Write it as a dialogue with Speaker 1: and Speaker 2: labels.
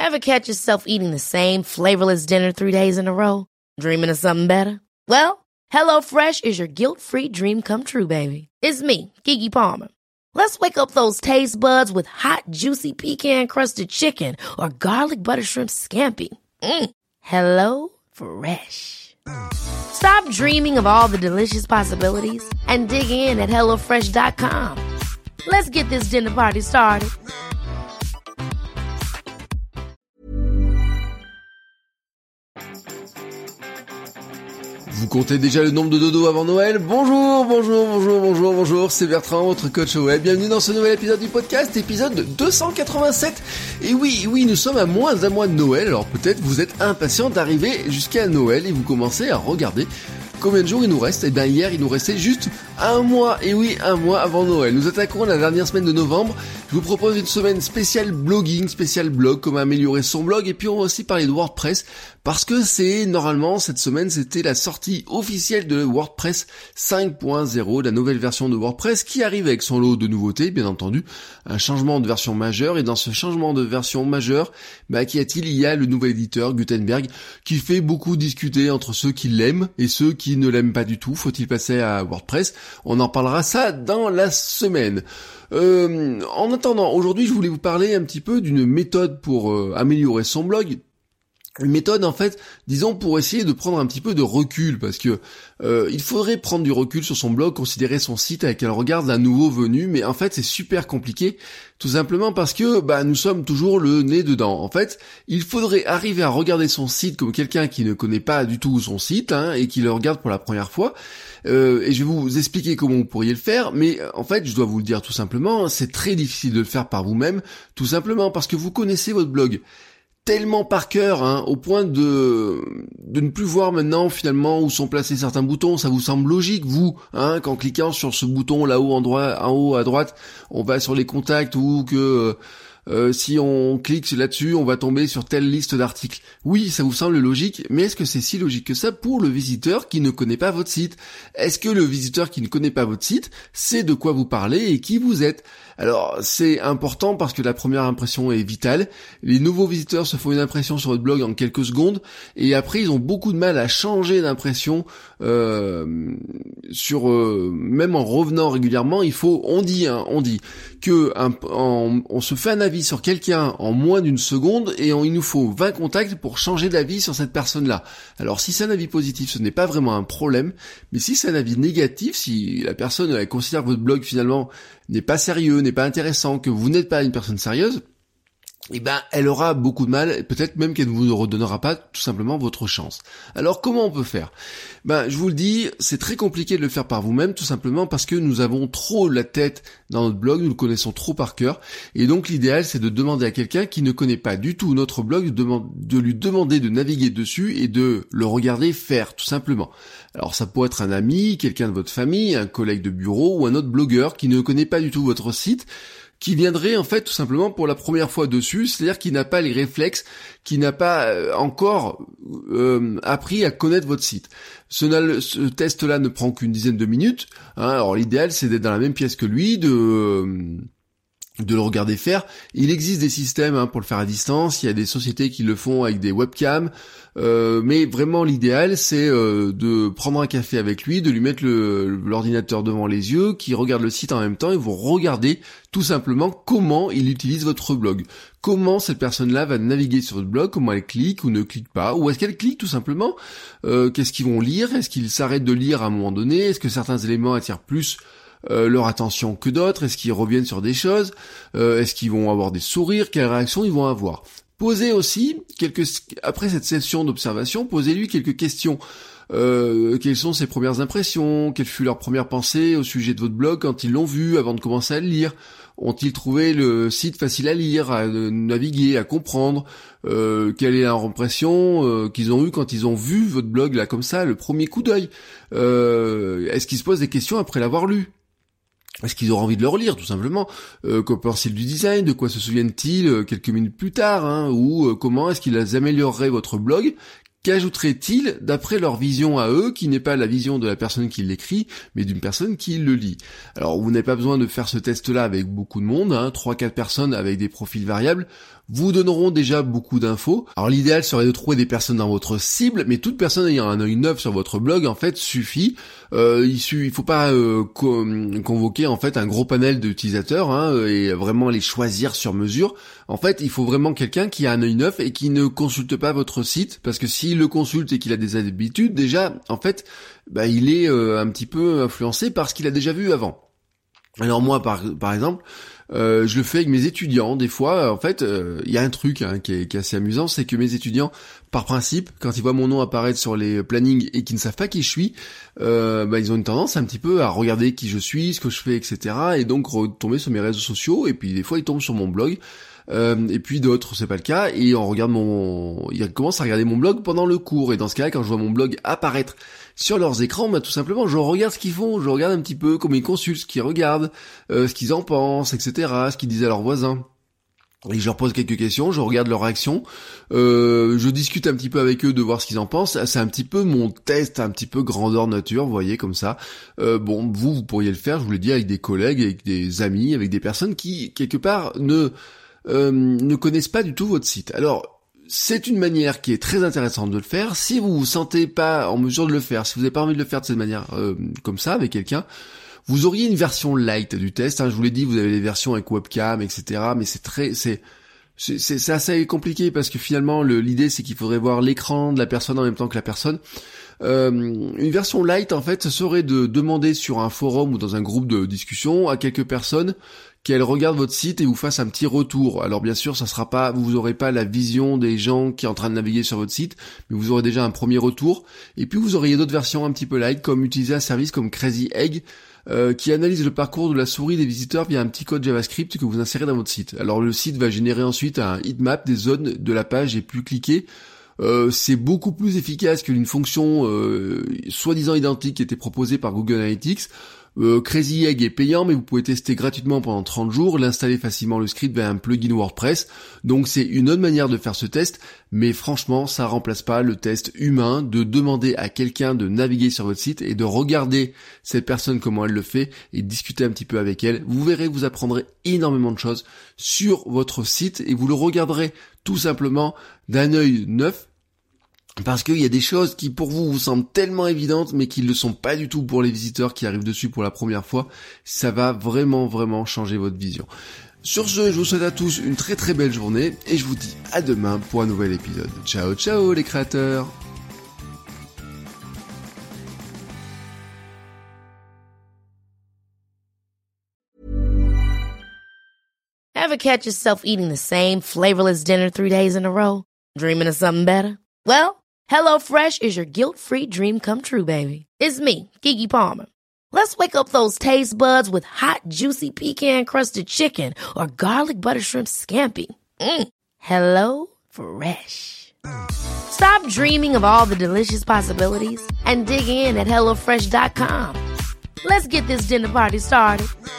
Speaker 1: Ever catch yourself eating the same flavorless dinner 3 days in a row? Dreaming of something better? Well, HelloFresh is your guilt-free dream come true, baby. It's me, Keke Palmer. Let's wake up those taste buds with hot, juicy pecan-crusted chicken or garlic butter shrimp scampi. Hello Fresh. Stop dreaming of all the delicious possibilities and dig in at HelloFresh.com. Let's get this dinner party started.
Speaker 2: Vous comptez déjà le nombre de dodos avant Noël? Bonjour, c'est Bertrand, votre coach au web. Bienvenue dans ce nouvel épisode du podcast, épisode 287. Et oui, nous sommes à moins d'un mois de Noël, alors peut-être vous êtes impatient d'arriver jusqu'à Noël et vous commencez à regarder combien de jours il nous reste. Et bien hier, il nous restait juste un mois, et oui, un mois avant Noël. Nous attaquons la dernière semaine de novembre. Je vous propose une semaine spéciale blogging, spéciale blog, comment améliorer son blog, et puis on va aussi parler de WordPress, parce que normalement, cette semaine, c'était la sortie officielle de WordPress 5.0, la nouvelle version de WordPress, qui arrive avec son lot de nouveautés, bien entendu, un changement de version majeure, et dans ce changement de version majeure, qu'y a-t-il? Il y a le nouvel éditeur, Gutenberg, qui fait beaucoup discuter entre ceux qui l'aiment et ceux qui ne l'aiment pas du tout. Faut-il passer à WordPress? On en parlera ça dans la semaine. En attendant, aujourd'hui, je voulais vous parler un petit peu d'une méthode pour améliorer son blog. Une méthode, en fait, disons, pour essayer de prendre un petit peu de recul, parce que il faudrait prendre du recul sur son blog, considérer son site avec le regard d'un nouveau venu, mais en fait, c'est super compliqué, tout simplement parce que nous sommes toujours le nez dedans. En fait, il faudrait arriver à regarder son site comme quelqu'un qui ne connaît pas du tout son site, et qui le regarde pour la première fois. Et je vais vous expliquer comment vous pourriez le faire, mais en fait, je dois vous le dire tout simplement, c'est très difficile de le faire par vous-même, tout simplement parce que vous connaissez votre blog tellement par cœur, au point de ne plus voir maintenant finalement où sont placés certains boutons. Ça vous semble logique, vous, qu'en cliquant sur ce bouton là-haut en haut à droite, on va sur les contacts, ou que si on clique là-dessus, on va tomber sur telle liste d'articles. Oui, ça vous semble logique, mais est-ce que c'est si logique que ça pour le visiteur qui ne connaît pas votre site? Est-ce que le visiteur qui ne connaît pas votre site sait de quoi vous parlez et qui vous êtes? Alors, c'est important parce que la première impression est vitale. Les nouveaux visiteurs se font une impression sur votre blog en quelques secondes, et après, ils ont beaucoup de mal à changer d'impression même en revenant régulièrement. On dit que on se fait un avis sur quelqu'un en moins d'une seconde, et il nous faut 20 contacts pour changer d'avis sur cette personne-là. Alors, si c'est un avis positif, ce n'est pas vraiment un problème, mais si c'est un avis négatif, si la personne elle considère que votre blog finalement n'est pas sérieux, n'est pas intéressant, que vous n'êtes pas une personne sérieuse, elle aura beaucoup de mal, peut-être même qu'elle ne vous redonnera pas tout simplement votre chance. Alors comment on peut faire? Je vous le dis, c'est très compliqué de le faire par vous-même, tout simplement parce que nous avons trop la tête dans notre blog, nous le connaissons trop par cœur, et donc l'idéal c'est de demander à quelqu'un qui ne connaît pas du tout notre blog, de lui demander de naviguer dessus et de le regarder faire, tout simplement. Alors ça peut être un ami, quelqu'un de votre famille, un collègue de bureau ou un autre blogueur qui ne connaît pas du tout votre site, qui viendrait en fait tout simplement pour la première fois dessus, c'est-à-dire qui n'a pas les réflexes, qui n'a pas encore appris à connaître votre site. Ce test-là ne prend qu'une dizaine de minutes. Alors l'idéal c'est d'être dans la même pièce que lui, de le regarder faire. Il existe des systèmes pour le faire à distance, il y a des sociétés qui le font avec des webcams, mais vraiment l'idéal c'est de prendre un café avec lui, de lui mettre l'ordinateur devant les yeux, qui regarde le site en même temps, et vous regardez tout simplement comment il utilise votre blog. Comment cette personne-là va naviguer sur votre blog, comment elle clique ou ne clique pas, ou est-ce qu'elle clique tout simplement, qu'est-ce qu'ils vont lire, est-ce qu'ils s'arrêtent de lire à un moment donné, est-ce que certains éléments attirent plus leur attention que d'autres, est-ce qu'ils reviennent sur des choses, est-ce qu'ils vont avoir des sourires, quelles réactions ils vont avoir. Posez aussi après cette session d'observation, posez-lui quelques questions. Quelles sont ses premières impressions, quelle fut leur première pensée au sujet de votre blog quand ils l'ont vu avant de commencer à le lire. Ont-ils trouvé le site facile à lire, à naviguer, à comprendre? Quelle est leur impression qu'ils ont eue quand ils ont vu votre blog là comme ça, le premier coup d'œil? Est-ce qu'ils se posent des questions après l'avoir lu? Est-ce qu'ils auront envie de le relire, tout simplement? Qu'en pensent-ils du design? De quoi se souviennent-ils quelques minutes plus tard, ou comment est-ce qu'ils amélioreraient votre blog? Qu'ajouteraient-ils d'après leur vision à eux, qui n'est pas la vision de la personne qui l'écrit, mais d'une personne qui le lit? Alors, vous n'avez pas besoin de faire ce test-là avec beaucoup de monde, 3-4 personnes avec des profils variables. vous donneront déjà beaucoup d'infos. Alors l'idéal serait de trouver des personnes dans votre cible, mais toute personne ayant un œil neuf sur votre blog en fait suffit. Il faut pas convoquer en fait un gros panel d'utilisateurs et vraiment les choisir sur mesure. En fait, il faut vraiment quelqu'un qui a un œil neuf et qui ne consulte pas votre site, parce que s'il le consulte et qu'il a des habitudes, déjà en fait, il est un petit peu influencé par ce qu'il a déjà vu avant. Alors moi par exemple, je le fais avec mes étudiants. Des fois, en fait, il y a un truc qui est assez amusant, c'est que mes étudiants, par principe, quand ils voient mon nom apparaître sur les plannings et qu'ils ne savent pas qui je suis, ils ont une tendance un petit peu à regarder qui je suis, ce que je fais, etc. Et donc retomber sur mes réseaux sociaux. Et puis des fois, ils tombent sur mon blog. Et puis d'autres, c'est pas le cas. Et ils commencent à regarder mon blog pendant le cours. Et dans ce cas-là, quand je vois mon blog apparaître sur leurs écrans, tout simplement, je regarde ce qu'ils font, je regarde un petit peu comment ils consultent, ce qu'ils regardent, ce qu'ils en pensent, etc., ce qu'ils disent à leurs voisins. Et je leur pose quelques questions, je regarde leurs réactions, je discute un petit peu avec eux de voir ce qu'ils en pensent. C'est un petit peu mon test, un petit peu grandeur nature, vous voyez, comme ça. Vous pourriez le faire, je vous l'ai dit, avec des collègues, avec des amis, avec des personnes qui, quelque part, ne connaissent pas du tout votre site. Alors, c'est une manière qui est très intéressante de le faire. Si vous vous sentez pas en mesure de le faire, si vous n'avez pas envie de le faire de cette manière, comme ça, avec quelqu'un, vous auriez une version light du test. Je vous l'ai dit, vous avez les versions avec webcam, etc. Mais c'est assez compliqué parce que finalement, l'idée c'est qu'il faudrait voir l'écran de la personne en même temps que la personne. Une version light, en fait, ce serait de demander sur un forum ou dans un groupe de discussion à quelques personnes qu'elles regardent votre site et vous fassent un petit retour. Alors bien sûr, vous aurez pas la vision des gens qui sont en train de naviguer sur votre site, mais vous aurez déjà un premier retour. Et puis vous auriez d'autres versions un petit peu light, comme utiliser un service comme Crazy Egg, qui analyse le parcours de la souris des visiteurs via un petit code JavaScript que vous insérez dans votre site. Alors le site va générer ensuite un heatmap des zones de la page les plus cliquées. C'est beaucoup plus efficace qu'une fonction soi-disant identique qui était proposée par Google Analytics. Crazy Egg est payant, mais vous pouvez tester gratuitement pendant 30 jours, l'installer facilement le script via un plugin WordPress. Donc c'est une autre manière de faire ce test, mais franchement, ça remplace pas le test humain de demander à quelqu'un de naviguer sur votre site et de regarder cette personne comment elle le fait et discuter un petit peu avec elle. Vous verrez, vous apprendrez énormément de choses sur votre site et vous le regarderez tout simplement d'un œil neuf. Parce qu'il y a des choses qui pour vous semblent tellement évidentes mais qui ne le sont pas du tout pour les visiteurs qui arrivent dessus pour la première fois. Ça va vraiment vraiment changer votre vision. Sur ce, je vous souhaite à tous une très très belle journée et je vous dis à demain pour un nouvel épisode. Ciao ciao les créateurs.
Speaker 1: Ever catch yourself eating the same flavorless dinner 3 days in a row? Dreaming of something better? Well, HelloFresh is your guilt-free dream come true, baby. It's me, Keke Palmer. Let's wake up those taste buds with hot, juicy pecan-crusted chicken or garlic butter shrimp scampi. Hello Fresh. Stop dreaming of all the delicious possibilities and dig in at HelloFresh.com. Let's get this dinner party started.